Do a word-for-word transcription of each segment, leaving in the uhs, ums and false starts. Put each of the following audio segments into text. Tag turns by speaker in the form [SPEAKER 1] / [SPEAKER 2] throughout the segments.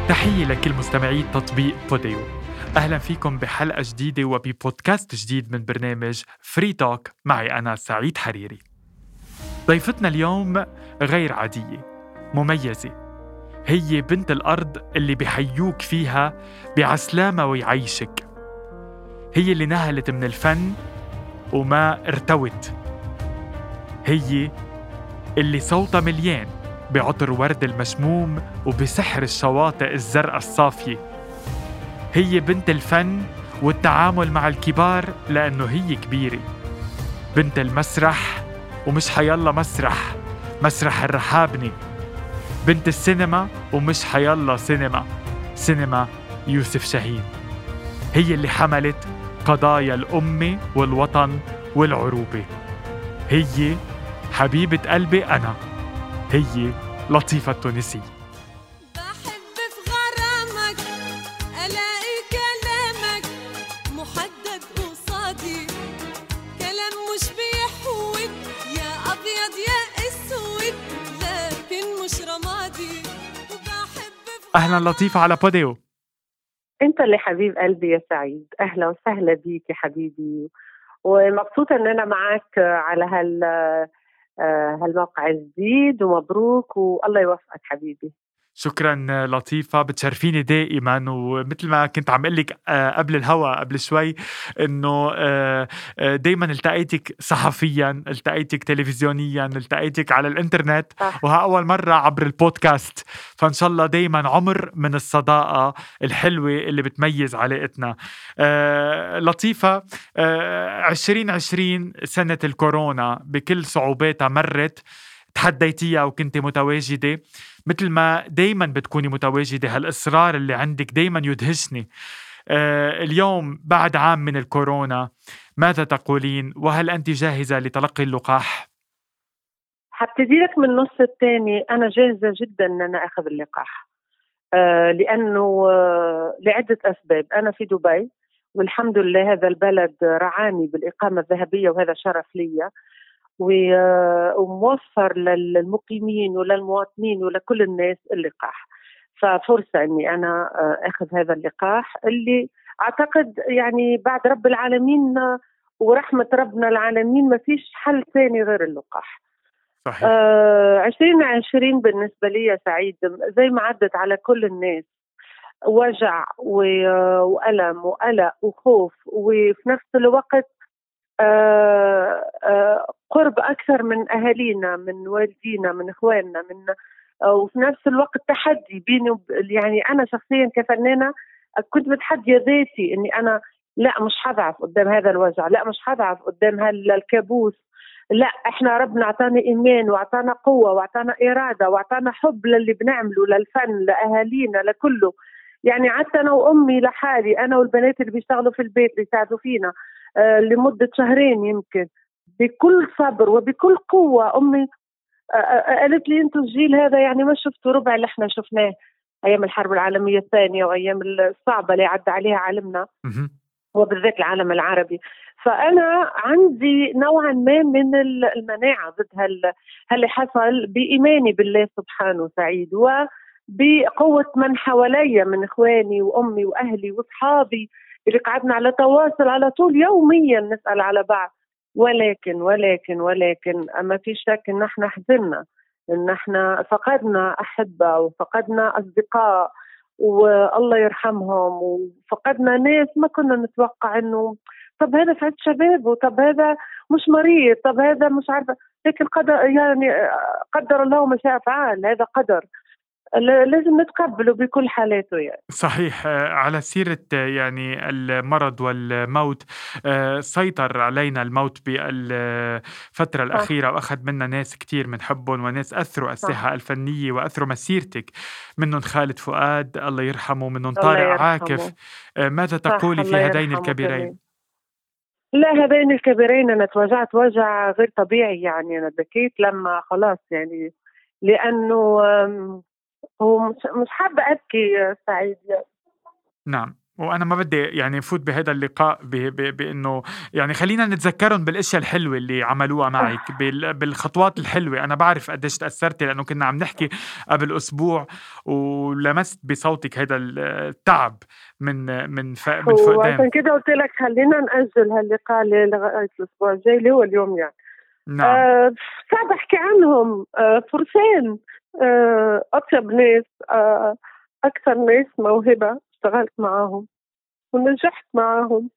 [SPEAKER 1] تحية لكل مستمعي تطبيق بوديو. أهلا فيكم بحلقة جديدة وببودكاست جديد من برنامج فري توك معي أنا سعيد حريري. ضيفتنا اليوم غير عادية، مميزة. هي بنت الأرض اللي بحيوك فيها بعسلامة ويعيشك. هي اللي نهلت من الفن وما ارتوت. هي اللي صوتها مليان بعطر ورد المشموم وبسحر الشواطئ الزرقاء الصافية. هي بنت الفن والتعامل مع الكبار لأنه هي كبيرة. بنت المسرح ومش حيالله مسرح، مسرح الرحابني. بنت السينما ومش حيالله سينما، سينما يوسف شاهين. هي اللي حملت قضايا الأمة والوطن والعروبة. هي حبيبة قلبي أنا، هي لطيفة التونسي.
[SPEAKER 2] بحب في غرامك ألاقي كلامك محدد قصادي، كلام مش بيحود يا أبيض يا أسود لكن مش رمادي. بحب في
[SPEAKER 1] أهلا لطيفة على بوديو.
[SPEAKER 3] انت اللي حبيب قلبي يا سعيد، اهلا وسهلا بيك يا حبيبي، ومبسوطه ان انا معك على هال هالموقع الجديد، ومبروك والله يوفقك حبيبي.
[SPEAKER 1] شكرا لطيفة، بتشرفيني دائما. ومثل ما كنت عم قلك قبل الهوا قبل شوي انه دائما التقيتك صحفيا، التقيتك تلفزيونيا، التقيتك على الانترنت، وها اول مرة عبر البودكاست. فان شاء الله دائما عمر من الصداقة الحلوة اللي بتميز علاقتنا. لطيفة، عشرين عشرين سنة الكورونا بكل صعوباتها مرت، تحديتيها وكنت متواجدة مثل ما دايما بتكوني متواجدة. هالإصرار اللي عندك دايما يدهشني. آه اليوم بعد عام من الكورونا ماذا تقولين؟ وهل أنت جاهزة لتلقي اللقاح؟
[SPEAKER 3] هبتدي لك من النص الثاني. أنا جاهزة جدا أن أنا أخذ اللقاح، آه لأنه آه لعدة أسباب. أنا في دبي والحمد لله هذا البلد رعاني بالإقامة الذهبية وهذا شرف لي، وموفر للمقيمين وللمواطنين ولكل الناس اللقاح. ففرصة أني أنا أخذ هذا اللقاح اللي أعتقد يعني بعد رب العالمين ورحمة ربنا العالمين ما فيش حل ثاني غير اللقاح.
[SPEAKER 1] صحيح.
[SPEAKER 3] آه عشرين عشرين بالنسبة لي يا سعيد زي ما عدت على كل الناس، وجع وألم وقلق وخوف، وفي نفس الوقت آه آه قرب أكثر من أهالينا، من والدينا، من إخواننا، من آه وفي نفس الوقت تحدي بيني وب... يعني أنا شخصيا كفنانة كنت بتحدي ذاتي إني أنا لا مش حضعف قدام هذا الوجع، لا مش حضعف قدام هالكابوس. لا إحنا ربنا أعطانا إيمان وأعطانا قوة وأعطانا إرادة وأعطانا حب للي بنعمله، للفن، لأهالينا، لكله. يعني حتى أنا وأمي لحالي، أنا والبنات اللي بيشتغلوا في البيت بيساعدوا فينا آه لمدة شهرين يمكن، بكل صبر وبكل قوة. أمي آه قالت لي أنتوا الجيل هذا يعني ما شفتوا ربع اللي احنا شفناه أيام الحرب العالمية الثانية وأيام الصعبة اللي عدى عليها عالمنا وبالذات العالم العربي. فأنا عندي نوعا ما من المناعة ضد هاللي حصل بإيماني بالله سبحانه سعيد، وبقوة من حوالي من إخواني وأمي وأهلي وأصحابي اللي قعدنا على تواصل على طول يوميا نسأل على بعض. ولكن ولكن ولكن ما في شك إن احنا حزننا، إن احنا فقدنا أحبة وفقدنا أصدقاء والله يرحمهم، وفقدنا ناس ما كنا نتوقع إنه طب هذا فات شباب، وطب هذا مش مريض، طب هذا مش عارفة. لكن قدر يعني قدر الله ما شاء فعل، هذا قدر لازم نتقبله بكل حالاته يعني.
[SPEAKER 1] صحيح. على سيرة يعني المرض والموت، سيطر علينا الموت بالفترة الأخيرة وأخذ منا ناس كتير منحبهم وناس أثروا الساحة الفنية وأثروا مسيرتك، منهم خالد فؤاد الله يرحمه، منهم طارق عاكف. ماذا تقولي في هذين الكبيرين؟
[SPEAKER 3] لا هذين الكبيرين أنا توجعت وجع غير طبيعي، يعني أنا بكيت لما خلاص يعني، لأنه هو مش مش حابة أبكي سعيد.
[SPEAKER 1] نعم، وأنا ما بدي يعني فوت بهذا اللقاء ب ب بإنه يعني خلّينا نتذكّرهم بالأشياء الحلوة اللي عملوها معِك، بال بالخطوات الحلوة. أنا باعرف قديش تأثّرتِ لإنه كنّا عم نحكي قبل أسبوع ولمست بصوتِك هيدا ال التعب من من ف من فقدان.
[SPEAKER 3] وعشان كده قلت لك خلينا نأجل هاللقاء لغاية الأسبوع الجاي اللي هو اليوم يعني.
[SPEAKER 1] نعم.
[SPEAKER 3] آه صعب أحكي عنهم. آه فرسان، آه أطيب ناس، آه أكثر ناس موهبة اشتغلت معاهم ونجحت معاهم.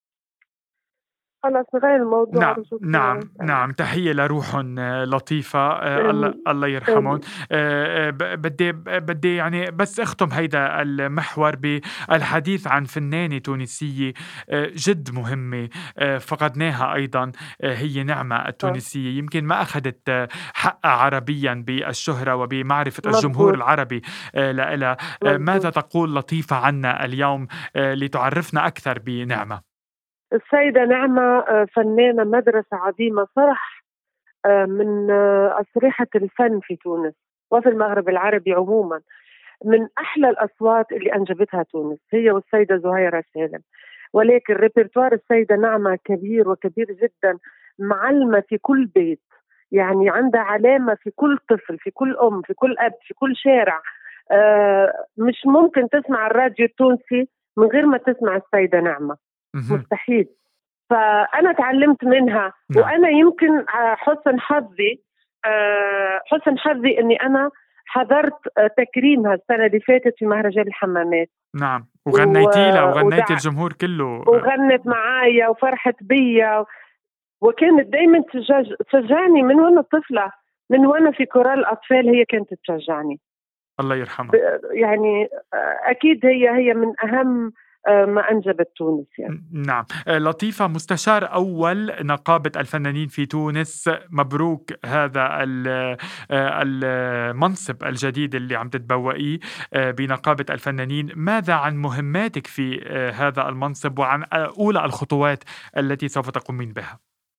[SPEAKER 3] خلاص نغير الموضوع
[SPEAKER 1] نعم،
[SPEAKER 3] رجوك.
[SPEAKER 1] نعم، نعم، تحية لروحٌ لطيفة. آآ الله
[SPEAKER 3] آمين
[SPEAKER 1] الله يرحمهم.
[SPEAKER 3] آمين.
[SPEAKER 1] آآ ب بدي بدي يعني بس أختم هيدا المحور بالحديث عن فنانة تونسية آآ جد مهمة، آآ فقدناها أيضًا. آآ هي نعمة
[SPEAKER 3] آه
[SPEAKER 1] التونسية، يمكن ما أخدت آه، حقها عربيًا بالشهرة وبمعرفة الجمهور
[SPEAKER 3] مضبوط
[SPEAKER 1] العربي آآ لإلها. آآ ماذا
[SPEAKER 3] مضبوط.
[SPEAKER 1] تقول لطيفة عنا اليوم آآ لتعرّفنا أكثر بنعمة؟
[SPEAKER 3] السيدة نعمة آه، فنانة مدرسة عظيمة صراحة، آه، من آه، أسرحة الفن في تونس وفي المغرب العربي عموما. من أحلى الأصوات اللي أنجبتها تونس هي والسيدة زهيرة سالم. ولكن ريpertoire السيدة نعمة كبير وكبير جدا، معلمة في كل بيت، يعني عندها علامة في كل طفل، في كل أم، في كل أب، في كل شارع. آه مش ممكن تسمع الراديو التونسي من غير ما تسمع السيدة نعمة،
[SPEAKER 1] اهم.
[SPEAKER 3] مستحيل. فأنا تعلمت منها،
[SPEAKER 1] نعم.
[SPEAKER 3] وأنا يمكن آه، حسن حظي آه، حسن حظي أني أنا حضرت آه، تكريمها السنة اللي فاتت في مهرجان الحمامات.
[SPEAKER 1] نعم، وغنيتِ لها
[SPEAKER 3] و-
[SPEAKER 1] وغنيتِ
[SPEAKER 3] ودع
[SPEAKER 1] الجمهور كلّه. آآ
[SPEAKER 3] وغنت معايا وفرحت بيا، وكانت دايما تشج- تشجعني من وانا طفلة، من وانا في كورال الأطفال هي كانت تشجعني.
[SPEAKER 1] الله
[SPEAKER 3] ب-
[SPEAKER 1] يرحمها.
[SPEAKER 3] يعني آه، أكيد هي هي من أهم آه، ما أنجبت تونس يعني.
[SPEAKER 1] ن نعم. آآ لطيفة، مستشار أول نقابة الفنانين في تونس، مبروك هذا ال آآ المنصب الجديد اللي عم تتبوئيه آآ بنقابة الفنانين. ماذا عن مهماتِك في آآ هذا المنصب وعن أ أولى الخطوات التي سوف تقومين بها؟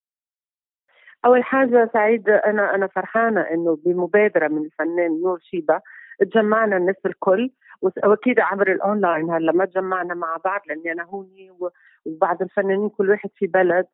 [SPEAKER 3] أول حاجة سعيدة، أنا أنا فرحانة إنه بمبادرة من الفنان نور شيبة تجمعنا الناس الكل، وس- وأكيد عبر الأونلاين. هلا ما تجمعنا مع بعض لأني أنا هوني و- وبعض الفنانين كل واحد في بلد.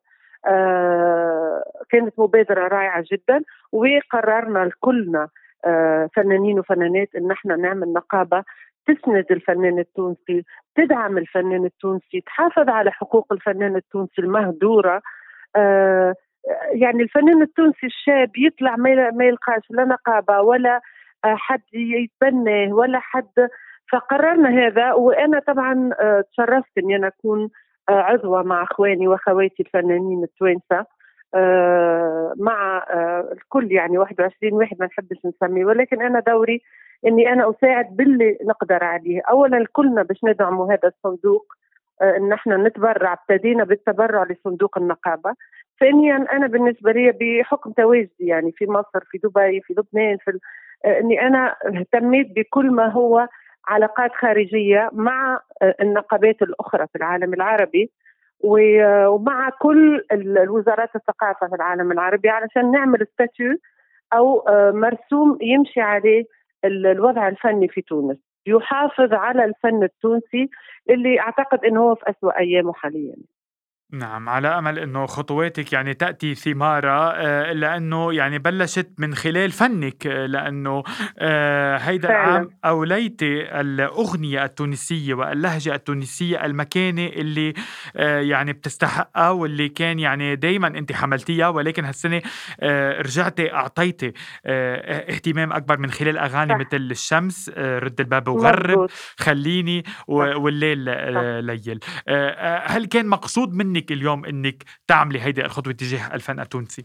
[SPEAKER 3] آه كانت مبادرة رائعة جدا، وقررنا الكلنا آه فنانين وفنانات إن احنا نعمل نقابة تسند الفنان التونسي، تدعم الفنان التونسي، تحافظ على حقوق الفنان التونسي المهدورة. آه يعني الفنان التونسي الشاب يطلع ما ما يلقاش لا نقابة ولا آه، حد يتبناه ولا حد. فقررنا هذا، وأنا طبعا آه، تشرفت أني أنا أكون آه، عضوة مع أخواني وأخواتي الفنانين التوانسة، آه، مع آه، الكل، يعني واحد وعشرين واحد ما نحبش نسميه، ولكن أنا دوري أني أنا أساعد باللي نقدر عليه. أولا كلنا باش ندعموا هذا الصندوق، آه، ان احنا نتبرع، ابتدينا بالتبرع لصندوق النقابة. ثانيا أنا بالنسبة لي بحكم تواجدي يعني في مصر، في دبي، في لبنان، في ال- آه، أني أنا اهتميت بكل ما هو علاقات خارجية مع آه، النقابات الأخرى في العالم العربي، و- آه، ومع كل ال- الوزارات الثقافة في العالم العربي، علشان نعمل ستاتيو أو آه، مرسوم يمشي عليه ال- الوضع الفني في تونس، يحافظ على الفن التونسي اللي أعتقد أنه هو في أسوأ أيامه حاليا.
[SPEAKER 1] نعم، على أمل إنه خطواتِك يعني تأتي ثمارها، آآ إلا إنه يعني بلّشت من خلال فنِّك. آه، لأنه آآ هيدا
[SPEAKER 3] فعلا
[SPEAKER 1] العام أوليتِ الأغنية التونسية واللهجة التونسية المكانة اللي آآ يعني بتستحقها، واللي كان يعني دايمًا أنتِ حملتيها، ولكن هالسنة آآ رجعتِ أعطيتِ آآ اهتمام أكبر من خلال أغاني
[SPEAKER 3] صح
[SPEAKER 1] متل الشمس، آآ رد الباب وغرّب،
[SPEAKER 3] مضبوط
[SPEAKER 1] خلّيني، و
[SPEAKER 3] صح
[SPEAKER 1] والليل
[SPEAKER 3] صح.
[SPEAKER 1] آآ ليّل. آآ هل كان مقصود منِّك اليوم إنِّك تعملي هيدي الخطوة تجاه الفن التونسي؟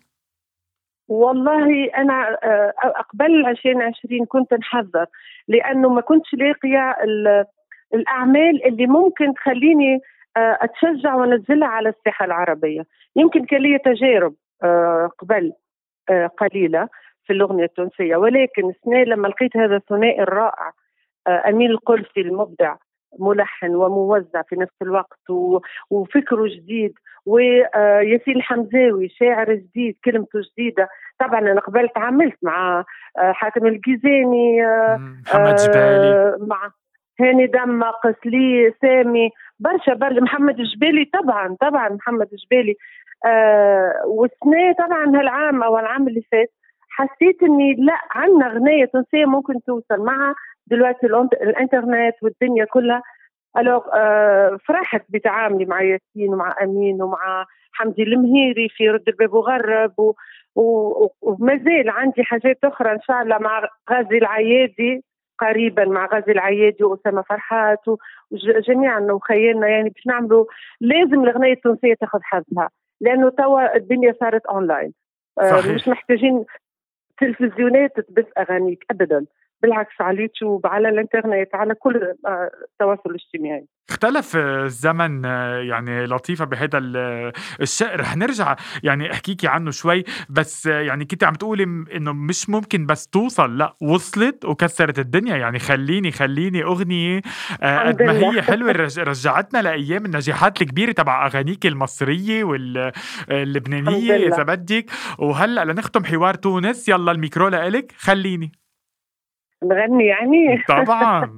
[SPEAKER 3] والله أنا آه، قبل عشرين عشرين كنت نحذر، لأنه ما كنتش لاقية ال- الأعمال اللي ممكن تخليني آه، أتشجع وأنزلها على الساحة العربية. يمكن كان لي تجارب آه، قبل آه، قليلة في الأغنية التونسية، ولكن السنة لما لقيت هذا الثنائي الرائع، آه، أمين القلسي المبدع، ملحن وموزع في نفس الوقت، و- وفكره جديد، وياسين الحمزاوي شاعر جديد كلمته جديدة. طبعا أنا قبل تعاملت مع آه، حاتم الجيزاني، آه،
[SPEAKER 1] إمم، محمد جبالي.
[SPEAKER 3] آه، مع هاني دمق، سلي، سامي، برشا برشا، محمد جبالي طبعا طبعا محمد جبالي. آه والسنة طبعا هالعام أو العام اللي فات حسيت إني لا، عنا غنية تونسية ممكن توصل مع دلوقتي الإنترنت والدنيا كلها. ألوغ آه فرحت بتعاملي مع ياسين ومع أمين ومع حمدي المهيري في رد الباب وغرب، ومازال عندي حاجات أخرى إن شاء الله مع غازي العيادي قريبا، مع غازي العيادي وأسامة فرحات وجميعا وخيالنا، يعني باش نعملوا. لازم الأغنية التونسية تاخذ حظها لأنه توا الدنيا صارت أونلاين. آه مش محتاجين تلفزيونات تبث أغانيك أبدا، بالعكس على اليوتيوب، على الانترنت، على كل التواصل الاجتماعي.
[SPEAKER 1] اختلف الزمن يعني لطيفة بهذا الشيء. رح نرجع يعني احكيكي عنه شوي، بس يعني كنت عم تقولي انه مش ممكن بس توصل، لا وصلت وكسرت الدنيا. يعني خليني خليني اغنية قد ما هي حلوة رجعتنا لايام النجاحات الكبيرة تبع اغانيك المصرية واللبنانية اذا بدك. وهلا لنختم حوار تونس، يلا الميكرو لإلك، خليني
[SPEAKER 3] نغني يعني.
[SPEAKER 1] طبعا.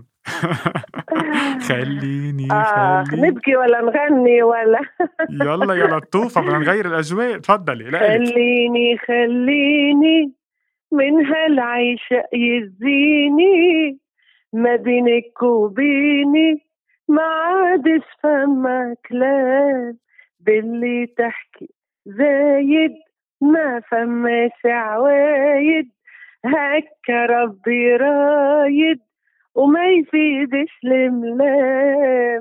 [SPEAKER 1] خليني
[SPEAKER 3] آه
[SPEAKER 1] خليني
[SPEAKER 3] نبكي ولا نغني ولا
[SPEAKER 1] يلا يلا الطوفة، بدنا نغير الأجواء، تفضلي لإلك.
[SPEAKER 3] خليني خليني من هالعيشة يزيني، ما بينك وبيني ما عادش فما كلام، باللي تحكي زايد ما فماش عوايد، هكا ربي رايد وما يفيدش الملام.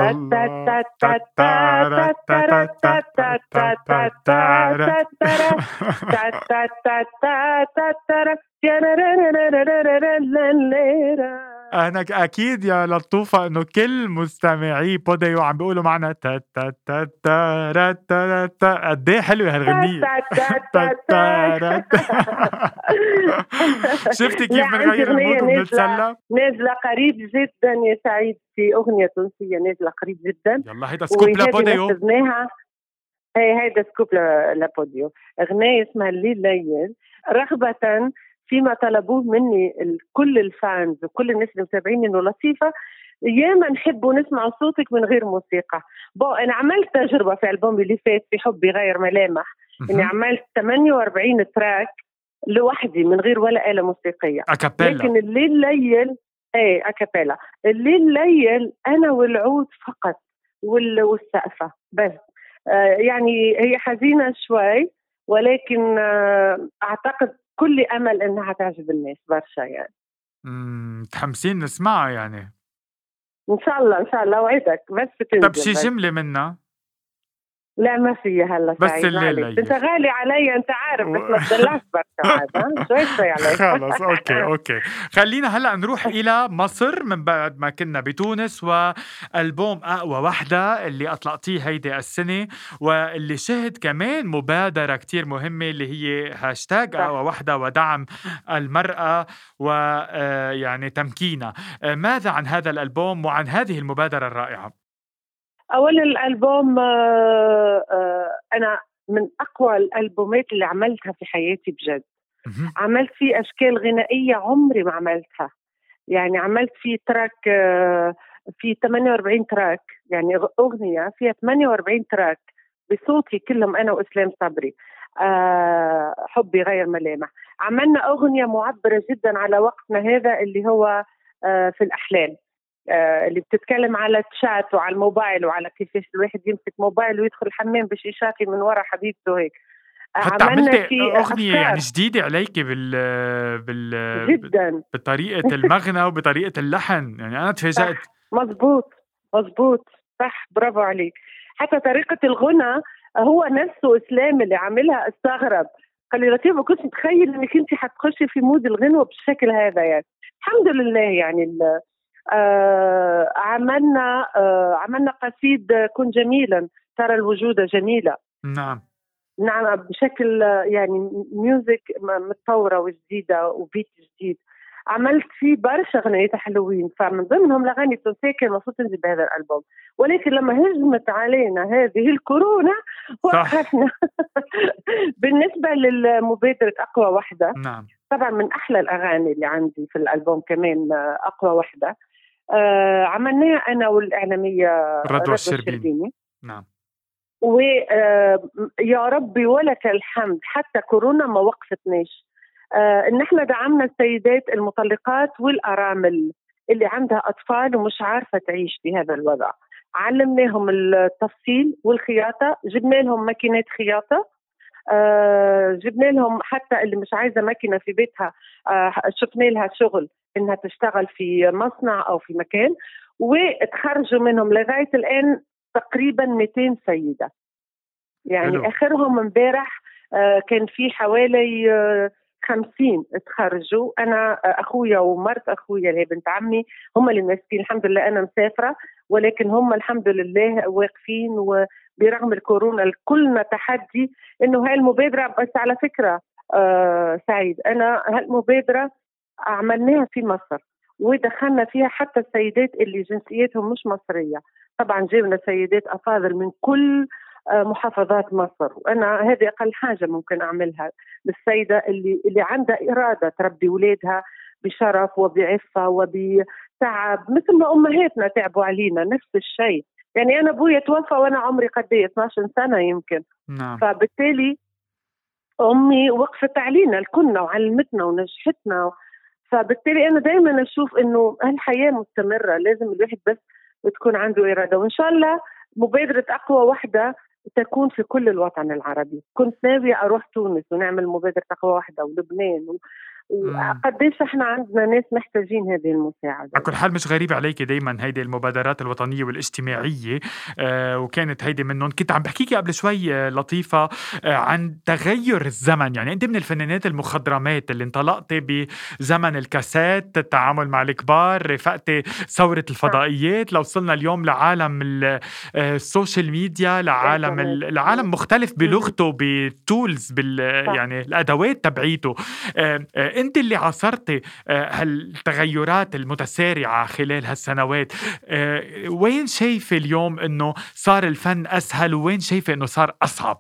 [SPEAKER 1] أنا أكيد يا لطوفة إنه كل مستمعي بوديو عم بيقولوا معنا تا تا تا تا تا تا. قد إيه حلوة هالغنية. شفتي كيف بنغير المود وبنتسلى؟
[SPEAKER 3] نازلة قريب جدا يا سعيد، في أغنية تونسية نازلة قريب جدا.
[SPEAKER 1] يلا هيدا سكوب لابوديو.
[SPEAKER 3] هي هيدا سكوب لابوديو. أغنية اسمها الليل ليل، رغبة فيما طلبوه مني كل الفانز وكل الناس اللي متابعين إنه لطيفة ياما نحب نسمع صوتك من غير موسيقى. بو أنا عملت تجربة في ألبومي اللي فات في حبي غير ملامح، إني عملت ثمانية وأربعين تراك لوحدي من غير ولا آلة موسيقية،
[SPEAKER 1] أكابيلا.
[SPEAKER 3] لكن الليل ليل ايه أكابيلا. الليل ليل أنا والعود فقط والسقفة بس. آه يعني هي حزينة شوي، ولكن آه أعتقد كل أمل إنها تعجب الناس برشا يعني.
[SPEAKER 1] امم متحمسين نسمعها يعني.
[SPEAKER 3] إن شاء الله إن شاء الله وعدك بس تنزل.
[SPEAKER 1] طب شي جملة منها؟
[SPEAKER 3] لا ما في هلا
[SPEAKER 1] بس الليل
[SPEAKER 3] انت غالي علي انت عارف، بس ما تدلعش برشا هذا شوي شوي علي.
[SPEAKER 1] خلص اوكي اوكي خلينا هلا نروح الى مصر من بعد ما كنا بتونس، والبوم اقوى وحده اللي اطلقتيه هيدي السنه، واللي شهد كمان مبادره كتير مهمه اللي هي هاشتاج اقوى وحده ودعم المراه ويعني تمكينها. ماذا عن هذا الالبوم وعن هذه المبادره الرائعه؟
[SPEAKER 3] أولا الألبوم أنا من أقوى الألبومات اللي عملتها في حياتي بجد. عملت فيه أشكال غنائية عمري ما عملتها، يعني عملت فيه تراك في ثمانية وأربعين تراك، يعني أغنية فيها ثمانية وأربعين تراك بصوتي كلهم أنا وإسلام صبري. حبي غير ملامح. عملنا أغنية معبرة جدا على وقتنا هذا اللي هو في الأحلام، آه اللي بتتكلم على الشات وعلى الموبايل وعلى كيفاش الواحد يمسك موبايل ويدخل الحمام باش يشاتي من وراء حبيبته هيك.
[SPEAKER 1] حتى عملتي أغنية يعني جديدة عليك بال بال
[SPEAKER 3] جدا
[SPEAKER 1] بطريقة المغنى وبطريقة اللحن، يعني أنا تفاجأت.
[SPEAKER 3] مزبوط مزبوط صح، برافو عليك. حتى طريقة الغنى هو نفسه إسلام اللي عاملها، استغرب قال لي لطيف ما كنتش متخيل انك انت حتخشي في مود الغنوة بالشكل هذا. يعني الحمد لله. يعني آه عملنا آه عملنا قصيد كن جميلا ترى الوجود جميلة.
[SPEAKER 1] نعم
[SPEAKER 3] نعم بشكل يعني ميوزك متطورة وجديدة وبيت جديد. عملت فيه برشا أغنيات حلوين، فمن ضمنهم الأغاني التونسية كان المفروض تنزل بهذا الألبوم، ولكن لما هجمت علينا هذه الكورونا وقفنا. بالنسبة للمبادرة أقوى وحدة،
[SPEAKER 1] نعم.
[SPEAKER 3] طبعا من أحلى الأغاني اللي عندي في الألبوم كمان أقوى وحدة. آه عملناها أنا والإعلامية
[SPEAKER 1] رضوى
[SPEAKER 3] رضوى
[SPEAKER 1] الشربيني.
[SPEAKER 3] الشربيني.
[SPEAKER 1] نعم.
[SPEAKER 3] ويا ربي ولك الحمد حتى كورونا ما وقفتناش. آه إن احنا دعمنا السيدات المطلقات والأرامل اللي عندها أطفال ومش عارفة تعيش في هذا الوضع. علمناهم التفصيل والخياطة، جبنا لهم ماكينات خياطة، آه جبنا لهم حتى اللي مش عايزة ماكينة في بيتها، آه شفنا لها شغل إنها تشتغل في مصنع أو في مكان، وتخرجوا منهم لغاية الآن تقريبا مئتين سيدة. يعني
[SPEAKER 1] حلو.
[SPEAKER 3] آخرهم امبارح آه كان في حوالي آه خمسين تخرجوا. أنا آه أخويا ومرت أخويا اللي هي بنت عمي هم اللي ماسكين، الحمد لله أنا مسافرة، ولكن هم الحمد لله واقفين. وبرغم الكورونا كلنا تحدي إنه هاي المبادرة. بس على فكرة آه سعيد، أنا هالمبادرة عملناها في مصر ودخلنا فيها حتى السيدات اللي جنسيتهم مش مصرية. طبعا جبنا سيدات أفاضل من كل محافظات مصر، وأنا هذه أقل حاجة ممكن أعملها للسيدة اللي اللي عندها إرادة تربي ولادها بشرف وبعفة وبتعب، مثل ما أمهاتنا تعبوا علينا نفس الشيء. يعني أنا أبويا توفى وأنا عمري قد ايه اثنعش سنة يمكن.
[SPEAKER 1] نعم.
[SPEAKER 3] فبالتالي أمي وقفت علينا الكلنا وعلمتنا ونجحتنا. فبالتالي أنا دايما أشوف إنه الحياة مستمرة، لازم الواحد بس تكون عنده إرادة. وإن شاء الله مبادرة أقوى واحدة تكون في كل الوطن العربي. كنت ناوية أروح تونس ونعمل مبادرة أقوى واحدة ولبنان، وقديش احنا عندنا ناس محتاجين هذه المساعدة.
[SPEAKER 1] على كل حال مش غريب عليك دايما هيدي المبادرات الوطنية والاجتماعية، آه وكانت هيدي منهم. كنت عم بحكيكي قبل شوي آه لطيفة آه عن تغير الزمن. يعني انت من الفنانات المخضرمات اللي انطلقتي بزمن الكاسات، التعامل مع الكبار، رفقتي ثورة الفضائيات، لو وصلنا اليوم لعالم السوشيال ميديا، لعالم العالم مختلف بلغته، بالتولز، بال يعني الادوات تبعيته. آه آه انت اللي عاصرتي آه هالتغيرات المتسارعة خلال هالسنوات، آه وين شايفة اليوم انه صار الفن اسهل، وين شايفة انه صار اصعب؟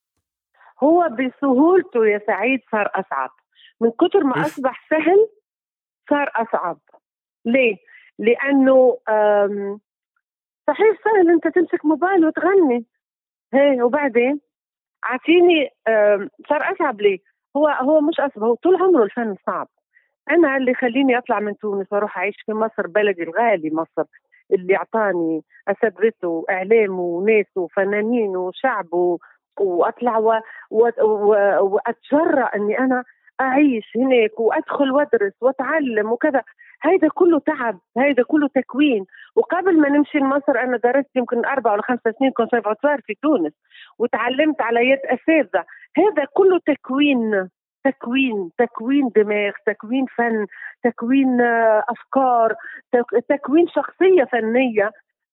[SPEAKER 3] هو بسهولته يا سعيد صار اصعب، من كتر ما
[SPEAKER 1] أف.
[SPEAKER 3] اصبح سهل صار اصعب. ليه؟ لانه صحيح سهل انت تمسك موبايل وتغني، هي وبعدين عطيني صار اصعب. ليه؟ هو هو مش اصعب، هو طول عمره الفن صعب. أنا اللي خليني أطلع من تونس وأروح أعيش في مصر، بلدي الغالي مصر، اللي أعطاني أساتذته وإعلامه وناس وفنانين وشعب، وأطلع و... و... و... وأتجرأ أني أنا أعيش هناك وأدخل وأدرس وأتعلم وكذا. هيدا كله تعب، هيدا كله تكوين. وقبل ما نمشي لمصر أنا درست يمكن أربع ولا خمسة سنين كونسرفاتوار في تونس، وتعلمت على يد أساتذة. هذا كله تكوين تكوين تكوين دماغ، تكوين فن، تكوين أفكار، تكوين شخصية فنية.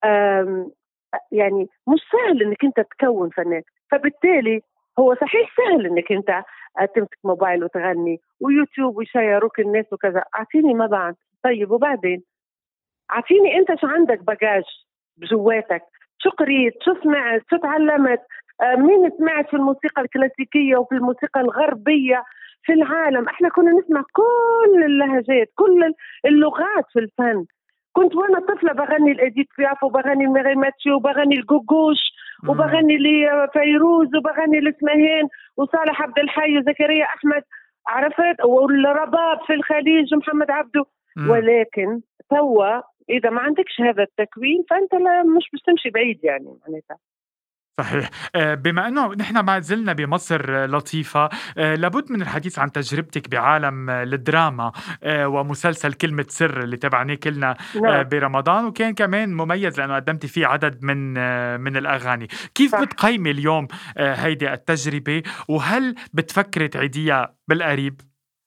[SPEAKER 3] يعني مش سهل إنك أنت تكون فنان. فبالتالي هو صحيح سهل إنك أنت تمسك موبايل وتغني ويوتيوب ويشيروك الناس وكذا. أعطيني ما بعد. طيب وبعدين أعطيني أنت شو عندك بجاج بجواتك، شو قريت، شو سمعت، شو تعلمت، مين سمعت في الموسيقى الكلاسيكية وفي الموسيقى الغربية في العالم. احنا كنا نسمع كل اللهجات، كل اللغات في الفن. كنت وانا طفلة بغني الأديت بياف وبغني ميري ماتيو وبغني الجوجوش وبغني لفيروز وبغني لسمهين وصالح عبد الحي وزكريا أحمد، عرفت، والرباب في الخليج ومحمد عبده. ولكن توا إذا ما عندكش هذا التكوين فأنت لا مش بس تمشي بعيد يعني معناتها.
[SPEAKER 1] صحيح. بما أنه نحن ما زلنا بمصر لطيفة، لابد من الحديث عن تجربتك بعالم الدراما ومسلسل كلمة سر اللي تابعناه كلنا
[SPEAKER 3] نعم.
[SPEAKER 1] برمضان، وكان كمان مميز لأنه قدمتي فيه عدد من من الأغاني. كيف صح. بتقيمي اليوم هيدي التجربة، وهل بتفكري تعيديها بالقريب؟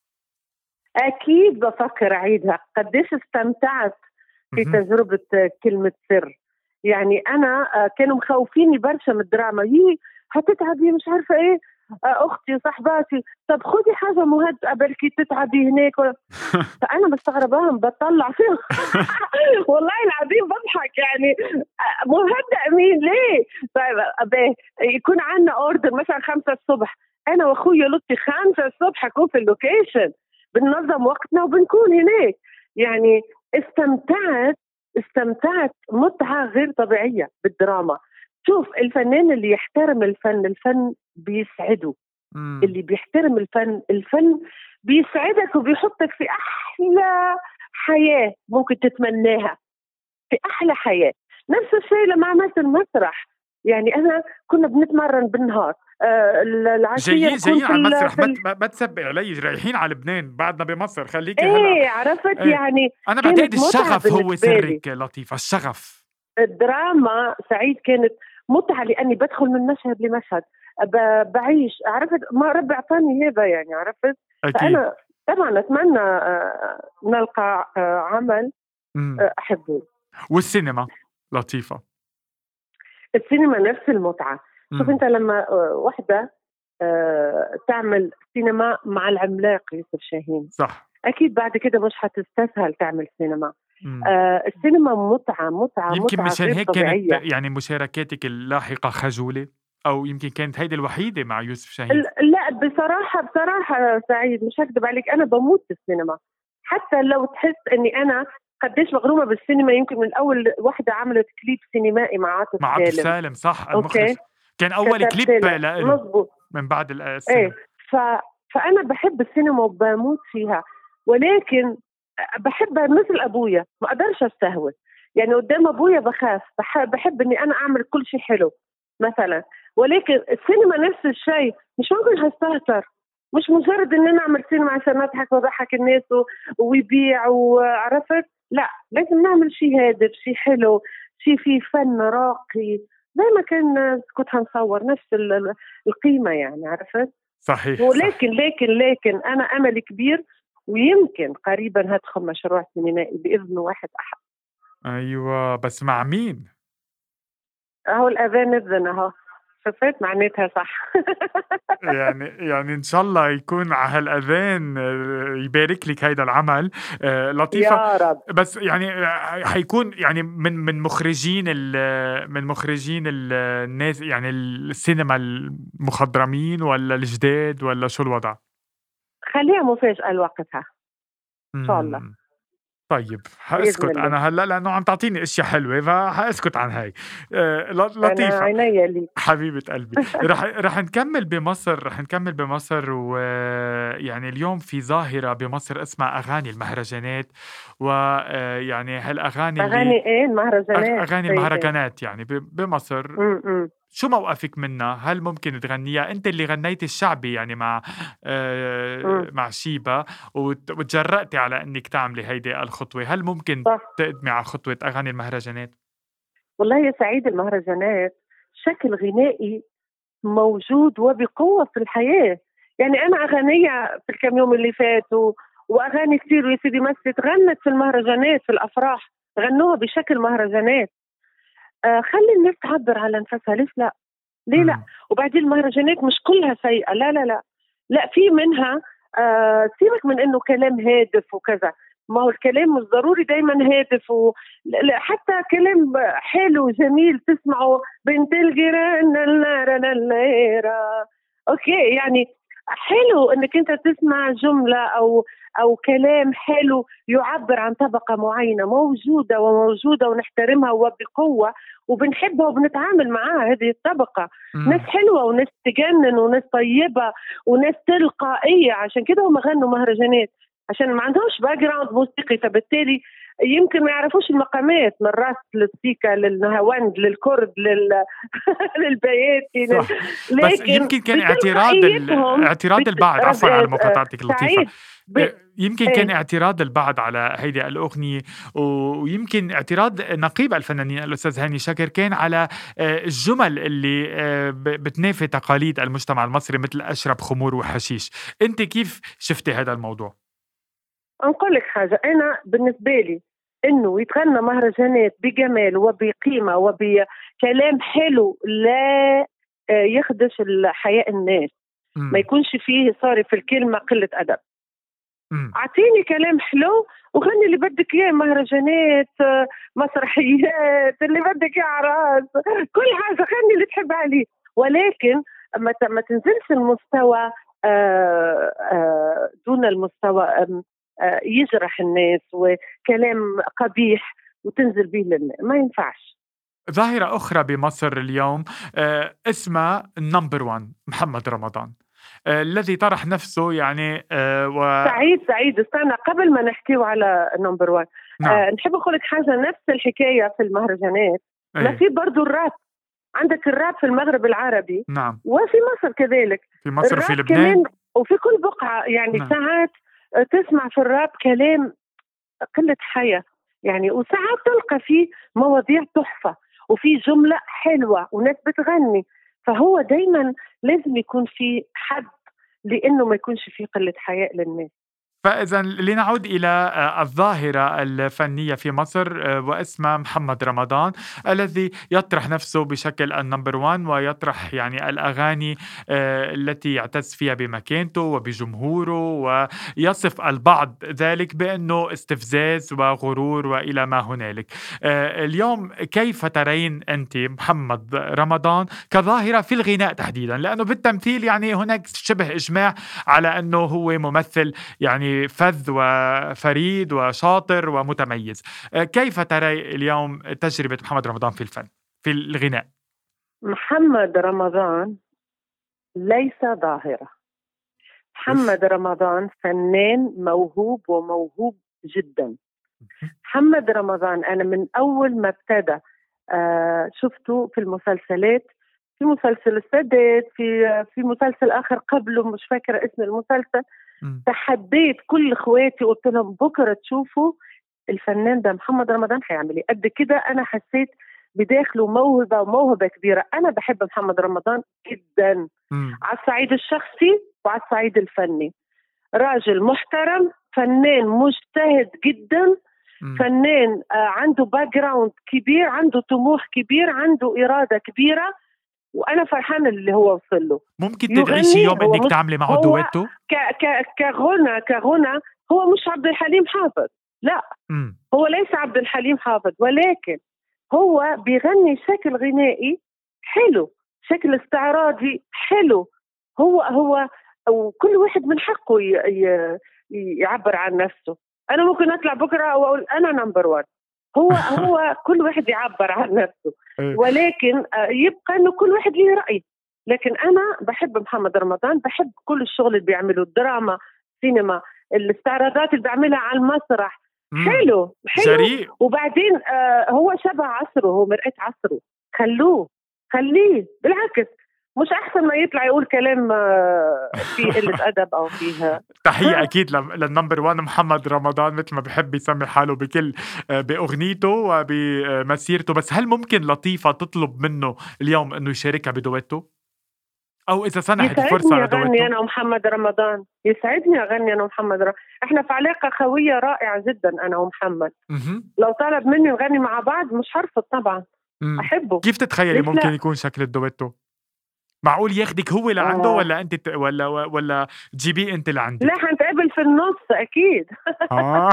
[SPEAKER 3] أكيد بفكر أعيدها. قديش استمتعت في تجربة كلمة سر. يعني أنا كانوا مخوفيني برشا من الدراما، هي هتتعبي مش عارفة إيه، أختي صاحباتي طب خدي حاجة مهدئة بلكي تتعبي هناك. فأنا بستغربهم بطلع فيهم والله العظيم بضحك. يعني مهدئ مين ليه؟ طيب يكون عنا أوردر مثلا خمسة الصبح، أنا وأخويا لطي خمسة الصبح أكون في اللوكيشن، بننظم وقتنا وبنكون هناك. يعني استمتعت استمتعت متعة غير طبيعية بالدراما. شوف، الفنان اللي يحترم الفن، الفن بيسعده.
[SPEAKER 1] مم.
[SPEAKER 3] اللي بيحترم الفن، الفن بيسعدك وبيحطك في أحلى حياة ممكن تتمناها، في أحلى حياة. نفس الشيء لما عملت المسرح، يعني أنا كنا بنتمرن بالنهار، آه العشية
[SPEAKER 1] جايين
[SPEAKER 3] نكون
[SPEAKER 1] جايين
[SPEAKER 3] في
[SPEAKER 1] على
[SPEAKER 3] ال
[SPEAKER 1] المسرح،
[SPEAKER 3] في
[SPEAKER 1] ما
[SPEAKER 3] ال
[SPEAKER 1] ت- ما ما تسبق علي، رايحين على لبنان، بعدنا بمصر، خليكي هلا.
[SPEAKER 3] إيه، عرفت
[SPEAKER 1] ايه.
[SPEAKER 3] يعني.
[SPEAKER 1] انا بعتقد
[SPEAKER 3] كانت متعة
[SPEAKER 1] الشغف هو
[SPEAKER 3] بالنسبة لي.
[SPEAKER 1] سرك لطيفة، الشغف.
[SPEAKER 3] الدراما سعيد كانت متعة، لأني بدخل من مشهد لمشهد، ب- بعيش، عرفت، ما ربي أعطاني هذا يعني، عرفت.
[SPEAKER 1] اكيد.
[SPEAKER 3] فأنا طبعا أتمنى آه، نلقى آه، عمل
[SPEAKER 1] مم.
[SPEAKER 3] آه، أحبه.
[SPEAKER 1] والسينما لطيفة.
[SPEAKER 3] السينما نفس المتعة. شوف
[SPEAKER 1] مم.
[SPEAKER 3] أنت لما آه، وحدة آه، تعمل سينما مع العملاق يوسف شاهين،
[SPEAKER 1] صح.
[SPEAKER 3] أكيد بعد كده مش هتستسهل تعمل سينما.
[SPEAKER 1] مم.
[SPEAKER 3] آه، السينما متعة متعة
[SPEAKER 1] يمكن
[SPEAKER 3] متعة
[SPEAKER 1] مشان
[SPEAKER 3] غير
[SPEAKER 1] هيك كانت
[SPEAKER 3] طبيعية.
[SPEAKER 1] يعني مشاركاتك اللاحقة خجولة، أو يمكن كانت هيدي الوحيدة مع يوسف شاهين.
[SPEAKER 3] ال- لا، بصراحة بصراحة سعيد مش هكذب عليك، أنا بموت في السينما. حتى لو تحس أني أنا قديش مغرومة بالسينما، يمكن من أول واحدة عملت كليب سينمائي مع عاطف
[SPEAKER 1] مع عاطف
[SPEAKER 3] سالم.
[SPEAKER 1] سالم، صح،
[SPEAKER 3] أوكي،
[SPEAKER 1] المخرج. كان أول
[SPEAKER 3] كتبت
[SPEAKER 1] كليب
[SPEAKER 3] لها
[SPEAKER 1] لإله
[SPEAKER 3] مظبوط.
[SPEAKER 1] من بعد ال-
[SPEAKER 3] إيه،
[SPEAKER 1] السينما.
[SPEAKER 3] ف... فأنا بحب السينما وبموت فيها، ولكن بحبها مثل أبويا، ما أقدرش أستهوى. يعني قدام أبويا بخاف، بحب, بحب أني أنا أعمل كل شيء حلو مثلا. ولكن السينما نفس الشيء، مش ممكن هستهتر. مش مجرد ان انا اعمل سينما عشان اضحك واضحك الناس و- ويبيع، وعرفت، لا، لازم نعمل شيء هادف، شيء حلو، شيء فيه فن راقي، زي ما كان كنت هنصور نفس ال- ال- القيمة يعني، عرفت.
[SPEAKER 1] صحيح، صح.
[SPEAKER 3] ولكن لكن لكن انا امل كبير، ويمكن قريبا هدخل مشروع سينمائي باذن واحد احد.
[SPEAKER 1] أيوة، بس مع مين؟
[SPEAKER 3] اهو الاذان اذن اهو، شفت معناتها صح.
[SPEAKER 1] يعني يعني إن شاء الله يكون على هالأذان، آه، يبارك لك هيدا العمل. آه، لطيفة.
[SPEAKER 3] يا رب.
[SPEAKER 1] بس يعني آه، حيكون يعني من من مخرجين ال من مخرجين ال- الناس، يعني السينما المخضرمين ولا الجداد ولا شو الوضع؟
[SPEAKER 3] خليها مفاجأة لوقتها ان شاء الله،
[SPEAKER 1] مم. طيب،
[SPEAKER 3] باذن
[SPEAKER 1] حاسكت
[SPEAKER 3] الله.
[SPEAKER 1] أنا هلا لأنه عم تعطيني أشياء حلوة، فحاسكت عن هاي. آه، ل-
[SPEAKER 3] انا
[SPEAKER 1] لطيفة.
[SPEAKER 3] عينيا لي.
[SPEAKER 1] حبيبة قلبي. رح رح نكمل بمصر، رح نكمل بمصر، ويعني اليوم في ظاهرة بمصر اسمها أغاني المهرجانات، ويعني هالأغاني اللي
[SPEAKER 3] اغاني ايه؟
[SPEAKER 1] أغ-
[SPEAKER 3] المهرجانات
[SPEAKER 1] أغاني
[SPEAKER 3] سيدي.
[SPEAKER 1] المهرجانات يعني ب- بمصر.
[SPEAKER 3] امم
[SPEAKER 1] شو موقفك منها؟ هل ممكن تغنيها؟ أنت اللي غنيتي الشعبي يعني مع
[SPEAKER 3] امم
[SPEAKER 1] آه، مع شيبة، وت- وتجرأتي على أنك تعملي هيدي الخطوة، هل ممكن
[SPEAKER 3] صح.
[SPEAKER 1] تقدمي على خطوة أغاني المهرجانات؟
[SPEAKER 3] والله يا سعيد، المهرجانات شكل غنائي موجود وبقوة في الحياة. يعني أنا أغنية في الكم يوم اللي فاتوا، وأغاني كتير ويا سيدي مسجد غنت في المهرجانات، في الأفراح غنوها بشكل مهرجانات. آه خلي الناس تعبر على نفسها، ليش لا؟ ليه لا؟
[SPEAKER 1] مم.
[SPEAKER 3] وبعدين المهرجانات مش كلها سيئة، لا لا لا لا، في منها آه سيبك من إنه كلام هادف وكذا. ما هو الكلام مش ضروري دايما هادف و... لا لا، حتى كلام حلو جميل تسمعه، بنت الجيران النار الليرة، اوكي، يعني حلو انك انت تسمع جملة او او كلام حلو يعبر عن طبقة معينة موجودة وموجودة ونحترمها وبقوة وبنحبها وبنتعامل معاها، هذه الطبقة ناس
[SPEAKER 1] مم.
[SPEAKER 3] حلوة وناس تجنن وناس طيبة وناس تلقائية. عشان كده هم غنوا مهرجانات، عشان ما عندهمش باك جراوند موسيقي، فبالتالي يمكن ما يعرفوش المقامات من راس للسيكا للنهاوند للكرد لل... للبياتي لل...
[SPEAKER 1] صح. بس
[SPEAKER 3] لكن
[SPEAKER 1] يمكن كان اعتراض ال...
[SPEAKER 3] بتلقائيتهم
[SPEAKER 1] اعتراض
[SPEAKER 3] بت...
[SPEAKER 1] البعض،
[SPEAKER 3] رز...
[SPEAKER 1] عفوا على
[SPEAKER 3] آه، آه،
[SPEAKER 1] مقاطعتك اللطيفة.
[SPEAKER 3] سعيد ب...
[SPEAKER 1] إيه، يمكن كان
[SPEAKER 3] ايه
[SPEAKER 1] اعتراض البعض على هيدي الأغنية، و- ويمكن اعتراض نقيب الفنانين الأستاذ هاني شاكر كان على آه، الجمل اللي آه، ب- بتنافي تقاليد المجتمع المصري، مثل أشرب خمور وحشيش. أنت كيف شفتي هذا الموضوع؟
[SPEAKER 3] أنقول لك حاجة، أنا بالنسبة لي إنه يتغنى مهرجانات بجمال وبقيمة وبكلام حلو، لا آه، يخدش الحياة الناس، ما
[SPEAKER 1] امم
[SPEAKER 3] يكونش فيه صار في الكلمة قلة أدب.
[SPEAKER 1] امم
[SPEAKER 3] أعطيني كلام حلو وغني اللي بدك إياه، مهرجانات، آه، مسرحيات، اللي بدك إياه عراس، كل حاجة غني اللي تحب عليه. ولكن ما ت- ما تنزلش المستوى آه، آه، دون المستوى، آم، آه، يجرح الناس وكلام قبيح وتنزل به للماء، ما ينفعش.
[SPEAKER 1] ظاهرة أخرى بمصر اليوم آه، اسمها نمبر وان محمد رمضان، آه، الذي طرح نفسه يعني آه، و
[SPEAKER 3] سعيد سعيد استنى قبل ما نحكيه على نمبر وان.
[SPEAKER 1] نعم.
[SPEAKER 3] آه نحب أقول لك حاجة، نفس الحكاية في المهرجانات، ما
[SPEAKER 1] أي.
[SPEAKER 3] في برضو الراب. عندك الراب في المغرب العربي
[SPEAKER 1] نعم،
[SPEAKER 3] وفي مصر كذلك.
[SPEAKER 1] في مصر وفي
[SPEAKER 3] الراب
[SPEAKER 1] لبنان.
[SPEAKER 3] كمان وفي كل بقعة، يعني
[SPEAKER 1] نعم.
[SPEAKER 3] ساعات آه، تسمع في الراب كلام قلة حياة يعني، وساعات تلقى فيه مواضيع تحفة وفي جملة حلوة وناس بتغني. فهو دايما لازم يكون في حد، لأنه ما يكونش فيه قلة حياء للناس.
[SPEAKER 1] فإذا لنعود إلى آه، الظاهرة الفنية في مصر آه، واسمها محمد رمضان، الذي يطرح نفسه بشكل النمبر وان ويطرح يعني الأغاني آه، التي يعتز فيها بمكانته وبجمهوره، ويصف البعض ذلك بأنه استفزاز وغرور وإلى ما هنالك. آه، اليوم كيف ترين أنت محمد رمضان كظاهرة في الغناء تحديدا؟ لأنه بالتمثيل يعني هناك شبه إجماع على أنه هو ممثل يعني فذ وفريد وشاطر ومتميز. آه، كيف ترى اليوم تجربة محمد رمضان في الفن في الغناء؟
[SPEAKER 3] محمد رمضان ليس ظاهرة. محمد رمضان فنان موهوب وموهوب جدا. محمد رمضان أنا من أول ما ابتدى آه شفته في المسلسلات، في مسلسل السادات، في في مسلسل آخر قبله مش فاكرة اسم المسلسل.
[SPEAKER 1] مم.
[SPEAKER 3] تحديت كل اخواتي قلت لهم بكرة تشوفوا الفنان ده محمد رمضان هيعمل ايه. قد كده أنا حسيت بداخله موهبة وموهبة كبيرة. أنا بحب محمد رمضان جدا
[SPEAKER 1] مم.
[SPEAKER 3] على الصعيد الشخصي وعلى الصعيد الفني. راجل محترم، فنان مجتهد جدا،
[SPEAKER 1] مم.
[SPEAKER 3] فنان آه عنده باك جراوند كبير، عنده طموح كبير، عنده إرادة كبيرة، وأنا فرحانة اللي هو وصل له.
[SPEAKER 1] ممكن
[SPEAKER 3] يغني
[SPEAKER 1] تدعيشي يوم
[SPEAKER 3] هو
[SPEAKER 1] انك
[SPEAKER 3] مش
[SPEAKER 1] تعملي معه
[SPEAKER 3] هو
[SPEAKER 1] دويتو؟
[SPEAKER 3] ك ك كغنى كغنى هو مش عبد الحليم حافظ، لا
[SPEAKER 1] مم.
[SPEAKER 3] هو ليس عبد الحليم حافظ، ولكن هو بيغني شكل غنائي حلو، شكل استعراضي حلو. هو هو وكل واحد من حقه ي- ي- يعبر عن نفسه. أنا ممكن أطلع بكرة وأقول أنا نمبر وان. هو هو كل واحد يعبر عن نفسه،
[SPEAKER 1] إيه.
[SPEAKER 3] ولكن آه، يبقى إنه كل واحد له رأي. لكن أنا بحب محمد رمضان، بحب كل الشغل اللي بيعمله، الدراما، سينما، الاستعراضات اللي بيعملها على المسرح.
[SPEAKER 1] مم.
[SPEAKER 3] حلو حلو.
[SPEAKER 1] جريء.
[SPEAKER 3] وبعدين آه هو شبه عصره، هو مرآة عصره. خلوه خليه بالعكس، مش أحسن ما يطلع يقول كلام آه فيه قلة أدب أو فيها.
[SPEAKER 1] تحية أكيد لل- للنمبر وان محمد رمضان، مثل ما بحب يسمي حاله بكل آه، بأغنيته وبمسيرته. بس هل ممكن لطيفة تطلب منه اليوم إنه يشاركها بدويتو؟ أو إذا سنحت الفرصة
[SPEAKER 3] يسعدني
[SPEAKER 1] على
[SPEAKER 3] أغني
[SPEAKER 1] دويتو؟
[SPEAKER 3] أنا ومحمد رمضان، يسعدني أغني أنا ومحمد رمضان. إحنا في علاقة خوية رائعة جدا أنا ومحمد.
[SPEAKER 1] مهم.
[SPEAKER 3] لو طلب مني نغني مع بعض مش هرفض طبعا،
[SPEAKER 1] مم.
[SPEAKER 3] أحبه.
[SPEAKER 1] كيف تتخيلي
[SPEAKER 3] ليش
[SPEAKER 1] ممكن
[SPEAKER 3] لا؟
[SPEAKER 1] يكون شكل الدويتو؟ معقول ياخدك هو لعنده
[SPEAKER 3] آه.
[SPEAKER 1] ولا أنت ت... ولا ولا تجيبيه أنت
[SPEAKER 3] لا
[SPEAKER 1] لعندك؟
[SPEAKER 3] هنتقابل في النص أكيد.
[SPEAKER 1] آه.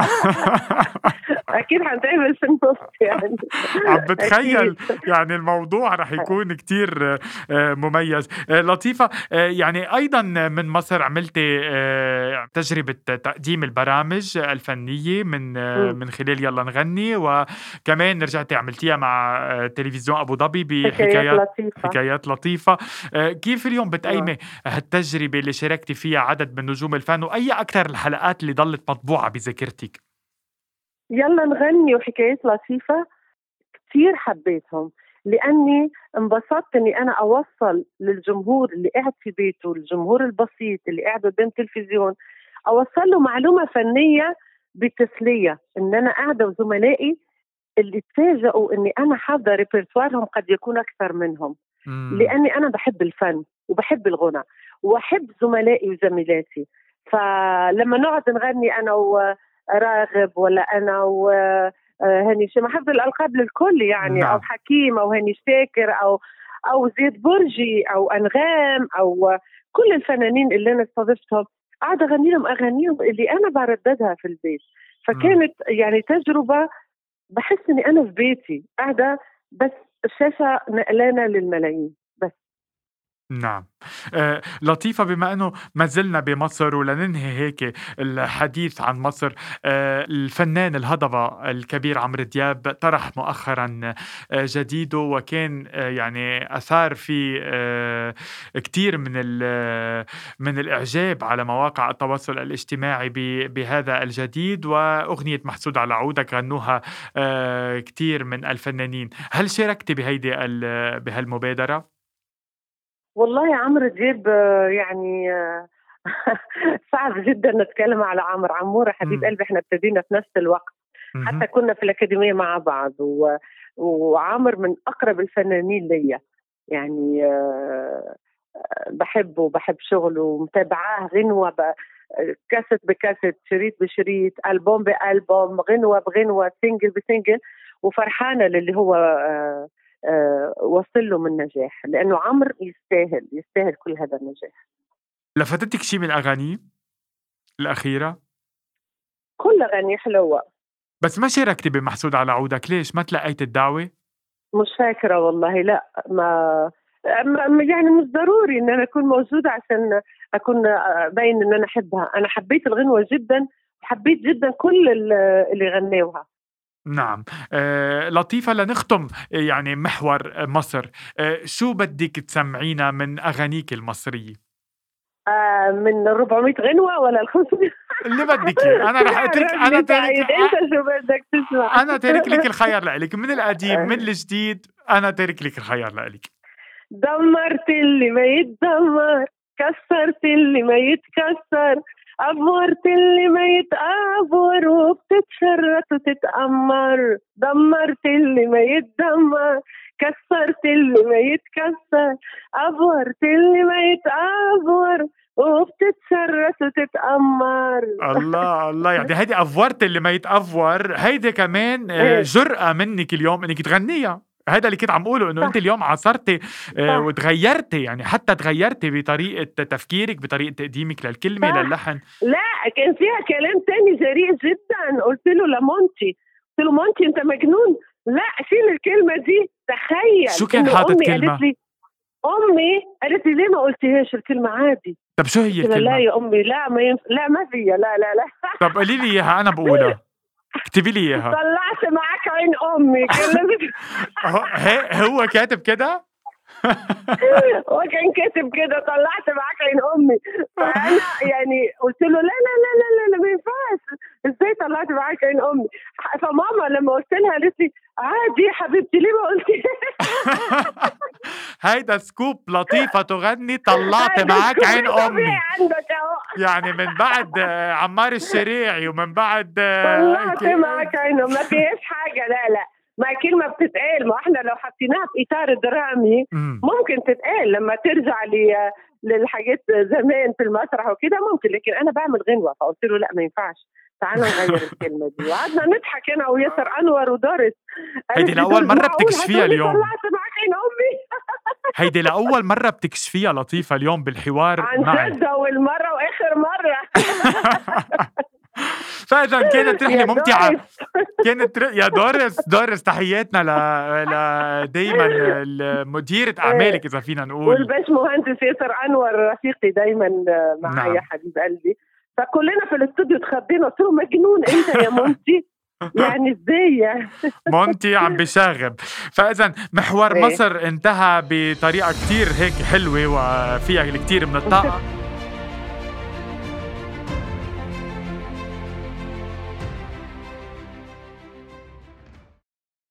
[SPEAKER 3] أكيد هنتقابل في النص يعني.
[SPEAKER 1] عم بتخيل
[SPEAKER 3] أكيد.
[SPEAKER 1] يعني الموضوع رح يكون كتير آه، مميز. آه، لطيفة، آه، يعني أيضا من مصر عملتي آه، تجربة تقديم البرامج الفنية من آه،
[SPEAKER 3] مم.
[SPEAKER 1] من خلال يلا نغني، وكمان رجعتي عملتيها مع آه، تلفزيون أبو ظبي
[SPEAKER 3] حكايات
[SPEAKER 1] بحكايات
[SPEAKER 3] لطيفة.
[SPEAKER 1] حكايات لطيفة. آه، كيف اليوم
[SPEAKER 3] نعم.
[SPEAKER 1] بتقيمي هالتجربة اللي شاركتي فيها عدد من نجوم الفن، وأي أكثر الحلقات اللي ضلت مطبوعة بذاكرتك؟
[SPEAKER 3] يلا نغني وحكايات لطيفة كثير حبيتهم، لأني انبسطت أني أنا أوصل للجمهور اللي قاعد في بيته، الجمهور البسيط اللي قاعد قدام تلفزيون، أوصل له معلومة فنية بتسلية. إن أنا قاعدة وزملائي اللي تفاجئوا أني أنا حافظة ريبرتوارهم قد يكون أكثر منهم،
[SPEAKER 1] مم.
[SPEAKER 3] لأني أنا بحب الفن وبحب الغنى وأحب زملائي وزميلاتي. فلما نقعد نغني أنا وراغب ولا أنا وهاني شما، حفظ الألقاب للكل يعني، أو
[SPEAKER 1] نعم.
[SPEAKER 3] حكيم أو هاني شاكر أو أو زيد برجي أو أنغام أو كل الفنانين اللي أنا استضفتهم، قاعدة أغني لهم أغانيهم اللي أنا برددها في البيت.
[SPEAKER 1] مم.
[SPEAKER 3] فكانت يعني تجربة، بحس إني أنا في بيتي قاعدة، بس الشاشة نقلانة للملايين بس.
[SPEAKER 1] نعم. آه لطيفة، بما أنه ما زلنا بمصر ولننهي هيك الحديث عن مصر، آه الفنان الهضبة الكبير عمرو دياب طرح مؤخرا آه جديده، وكان آه يعني أثار في آه كتير من من الإعجاب على مواقع التواصل الاجتماعي بهذا الجديد، وأغنية محسود على عودك غنوها آه كتير من الفنانين. هل شاركتي بهيدي بهالمبادرة؟
[SPEAKER 3] والله عمرو دياب آه، يعني آه، صعب جدا نتكلم على عمرو. عمورة حبيب
[SPEAKER 1] مم.
[SPEAKER 3] قلبي، احنا ابتدينا في نفس الوقت،
[SPEAKER 1] مهم.
[SPEAKER 3] حتى كنا في الأكاديمية مع بعض، و... وعمر من أقرب الفنانين ليا يعني. آه، بحبه وبحب شغله ومتابعاه غنوة ب... كاسيت بكاسيت، شريط بشريط، ألبوم بألبوم، غنوة بغنوة، سينجل بسينجل، وفرحانة للي هو آه، آه، وصل له من نجاح، لأنه عمرو يستاهل يستاهل كل هذا النجاح.
[SPEAKER 1] لفتتك شي من أغانيه الأخيرة؟
[SPEAKER 3] كل أغاني حلوة.
[SPEAKER 1] بس ما شاركتي بمحسود على عودك، ليش ما تلقيت الدعوة؟
[SPEAKER 3] مش فاكرة والله، لا ما ما- يعني مش ضروري ان انا اكون موجودة عشان اكون باين ان انا احبها. انا حبيت الغنوة جدا، حبيت جدا كل ال- اللي غنوها.
[SPEAKER 1] نعم. آه لطيفة، لنختم يعني محور مصر، آه شو بدك تسمعينا من أغانيك المصرية؟
[SPEAKER 3] آه من أربعمية غنوة ولا ال خمسمية؟
[SPEAKER 1] اللي بدك إياه. أنا رح أترك أنا تارك
[SPEAKER 3] انت شو بدك تسمع؟
[SPEAKER 1] أنا تارك لك الخيار لإلك، من القديم من الجديد، أنا تارك لك الخيار لإلك.
[SPEAKER 3] دمرت اللي ما يتدمر، كسرت اللي ما يتكسر، أبورت اللي ما يتأبور، وبتتشرط وتتأمر. دمرت اللي ما يتدمر، كسرت اللي ما يتكسر، أبورت اللي ما يتأبور، وبتتشرط وتتأمر.
[SPEAKER 1] الله الله، يعني هيدي أفورت اللي ما يتأفور، هيدي كمان آه،
[SPEAKER 3] إيه،
[SPEAKER 1] جرأة منك اليوم إنك تغنيها. هذا اللي كنت عم أقوله، إنه أنت
[SPEAKER 3] صح
[SPEAKER 1] اليوم عصرتي آه،
[SPEAKER 3] صح
[SPEAKER 1] وتغيرتي، يعني حتى تغيرتي بطريقة تفكيرك، بطريقة تقديمك للكلمة
[SPEAKER 3] صح.
[SPEAKER 1] للحن.
[SPEAKER 3] لا، كان فيها كلام تاني جريء جدا. قلت له لمونتي، قلت له مونتي انت مجنون، لا شيل الكلمة دي.
[SPEAKER 1] شو
[SPEAKER 3] تخيل
[SPEAKER 1] كان
[SPEAKER 3] انه
[SPEAKER 1] حاطط
[SPEAKER 3] امي قالت
[SPEAKER 1] كلمة؟
[SPEAKER 3] لي امي قالت لي ليه ما قلتيهاش الكلمة عادي؟
[SPEAKER 1] طب شو هي
[SPEAKER 3] قلت لها لا
[SPEAKER 1] الكلمة؟
[SPEAKER 3] يا امي، لا ما ينف... لا ما فيها، لا لا لا.
[SPEAKER 1] طب قولي لي إياها، أنا بقولها، اكتبي لي إياها.
[SPEAKER 3] طلعت معاك عين امي، كان لازم.
[SPEAKER 1] هو هي- هو كاتب كده؟
[SPEAKER 3] هو كان كاتب كده، طلعت معاك عين امي. فانا يعني قلت له لا لا لا لا لا, لا ما ينفعش، ازاي طلعت معاك عين امي؟ فماما لما قلت لها قالت لي عادي يا حبيبتي، ليه ما قلتي؟
[SPEAKER 1] هيدا سكوب. لطيفة تغني طلعت
[SPEAKER 3] هذا
[SPEAKER 1] معاك
[SPEAKER 3] سكوب
[SPEAKER 1] عين
[SPEAKER 3] طبيعي
[SPEAKER 1] أمي،
[SPEAKER 3] عندك اهو.
[SPEAKER 1] يعني من بعد آه، عمار الشريعي، ومن بعد آه،
[SPEAKER 3] طلعت
[SPEAKER 1] ك-
[SPEAKER 3] معاك عين أمي، ما فيهاش حاجه. لا لا، ما كلمه بتتقال، ما احنا لو حطيناها في اطار درامي
[SPEAKER 1] مم.
[SPEAKER 3] ممكن تتقال لما ترجع لي للحاجات زمان في المسرح وكده ممكن، لكن انا بعمل غنوه. فقلت له لا ما ينفعش، تعال نغير الكلمه دي. وقعدنا نضحك انا وياسر انور ودارس.
[SPEAKER 1] هيدي لأول مرة بتكشفيها اليوم.
[SPEAKER 3] طلعت معاك عين امي.
[SPEAKER 1] هيدي لأول مرة بتكشفيها لطيفة اليوم بالحوار
[SPEAKER 3] عن
[SPEAKER 1] معي.
[SPEAKER 3] جد أول مرة وآخر مرة.
[SPEAKER 1] فإذا كانت رحلة
[SPEAKER 3] يا
[SPEAKER 1] ممتعة.
[SPEAKER 3] دارس.
[SPEAKER 1] كانت ر... يا دارس دارس تحياتنا ل... ل... دايما مديرة أعمالك إذا فينا نقول.
[SPEAKER 3] والباش مهندس ياسر أنور رفيقي دايما معايا.
[SPEAKER 1] نعم.
[SPEAKER 3] حبيب قلبي. فكلنا في الاستوديو تخبينا، قلت له مجنون انت يا مونتي، يعني ازاي يعني؟
[SPEAKER 1] مونتي عم بشاغب. فإذا محور
[SPEAKER 3] إيه.
[SPEAKER 1] مصر انتهى بطريقة كتير هيك حلوة وفيها الكتير من الطاقة.